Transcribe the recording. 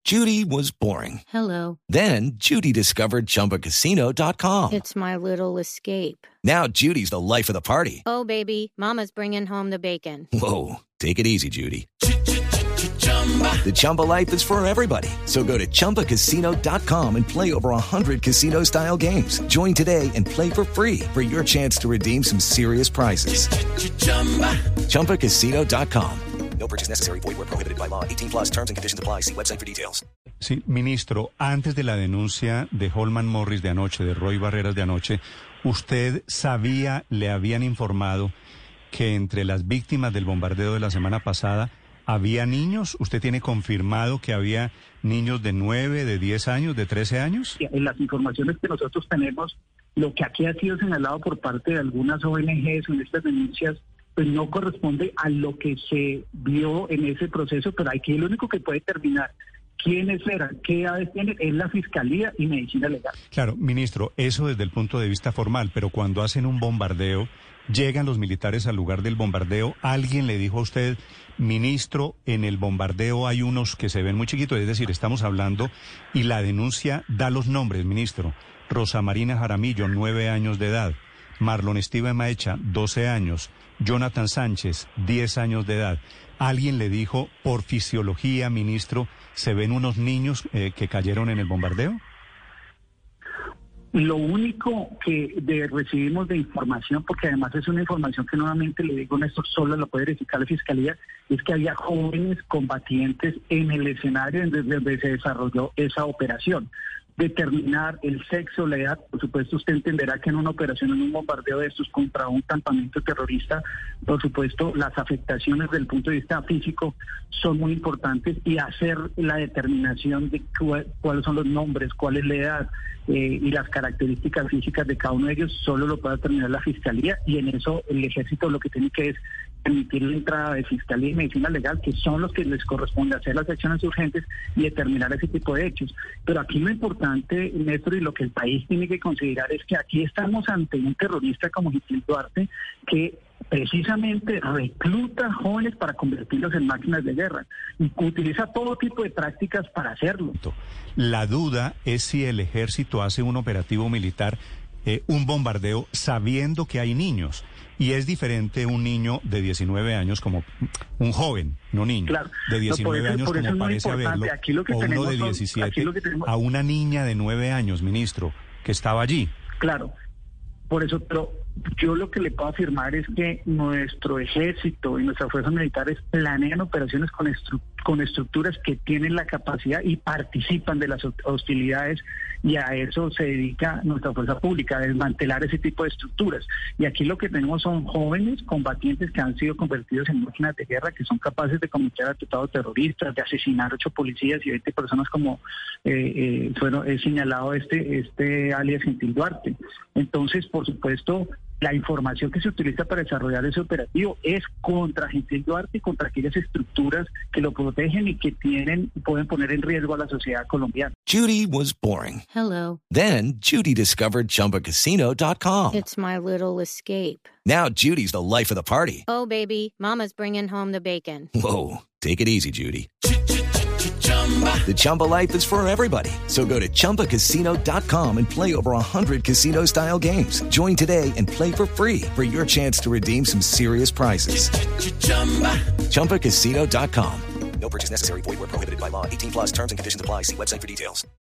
Judy was boring. Hello. Then Judy discovered ChumbaCasino.com. It's my little escape. Now Judy's the life of the party. Oh, baby, mama's bringing home the bacon. Whoa, take it easy, Judy. The Chumba life is for everybody. So go to ChumbaCasino.com and play over 100 casino-style games. Join today and play for free for your chance to redeem some serious prizes. ChumbaCasino.com. No purchase necessary. Void where prohibited by law. 18 plus terms and conditions apply. See website for details. Sí, ministro, antes de la denuncia de Holman Morris de anoche, de Roy Barreras de anoche, ¿usted sabía, le habían informado que entre las víctimas del bombardeo de la semana pasada había niños? ¿Usted tiene confirmado que había niños de 9, de 10 años, de 13 años? En las informaciones que nosotros tenemos, lo que aquí ha sido señalado por parte de algunas ONGs en estas denuncias, pues no corresponde a lo que se vio en ese proceso, pero aquí el único que puede determinar quiénes eran, qué edades tienen, es la Fiscalía y Medicina Legal. Claro, ministro, eso desde el punto de vista formal, pero cuando hacen un bombardeo, llegan los militares al lugar del bombardeo, ¿alguien le dijo a usted, ministro, en el bombardeo hay unos que se ven muy chiquitos? Es decir, estamos hablando, y la denuncia da los nombres, ministro: Rosa Marina Jaramillo, 9 años de edad; Marlon Steven Maecha, 12 años; Jonathan Sánchez, 10 años de edad. ¿Alguien le dijo, por fisiología, ministro, se ven unos niños que cayeron en el bombardeo? Lo único que recibimos de información, porque además es una información que nuevamente le digo, Néstor, solo la puede verificar la Fiscalía, es que había jóvenes combatientes en el escenario donde se desarrolló esa operación. Determinar el sexo, la edad, por supuesto usted entenderá que en una operación, en un bombardeo de estos contra un campamento terrorista, por supuesto las afectaciones desde el punto de vista físico son muy importantes, y hacer la determinación de cuáles son los nombres, cuál es la edad y las características físicas de cada uno de ellos solo lo puede determinar la Fiscalía, y en eso el Ejército lo que tiene que es permitir la entrada de Fiscalía y Medicina Legal, que son los que les corresponde hacer las acciones urgentes y determinar ese tipo de hechos. Pero aquí lo importante, Néstor, y lo que el país tiene que considerar es que aquí estamos ante un terrorista como Gentil Duarte, que precisamente recluta jóvenes para convertirlos en máquinas de guerra y utiliza todo tipo de prácticas para hacerlo. La duda es si el ejército hace un operativo militar, un bombardeo, sabiendo que hay niños. Y es diferente un niño de 19 años como un joven, no niño, claro, de 19 años como parece haberlo, o uno de 17, a una niña de 9 años, ministro, que estaba allí. Claro, por eso, pero yo lo que le puedo afirmar es que nuestro ejército y nuestras fuerzas militares planean operaciones con estructuras que tienen la capacidad y participan de las hostilidades, y a eso se dedica nuestra fuerza pública, a desmantelar ese tipo de estructuras. Y aquí lo que tenemos son jóvenes combatientes que han sido convertidos en máquinas de guerra, que son capaces de cometer atentados terroristas, de asesinar 8 policías y 20 personas, como es señalado este alias Gentil Duarte. Entonces, por supuesto, la información que se utiliza para desarrollar ese operativo es contra Gentil Duarte y contra aquellas estructuras que lo protegen y que pueden poner en riesgo a la sociedad colombiana. Judy was boring. Hello. Then Judy discovered ChumbaCasino.com. It's my little escape. Now Judy's the life of the party. Oh, baby, mama's bringing home the bacon. Whoa, take it easy, Judy. The Chumba life is for everybody. So go to ChumbaCasino.com and play over 100 casino-style games. Join today and play for free for your chance to redeem some serious prizes. ChumbaCasino.com. No purchase necessary. Void where prohibited by law. 18 plus terms and conditions apply. See website for details.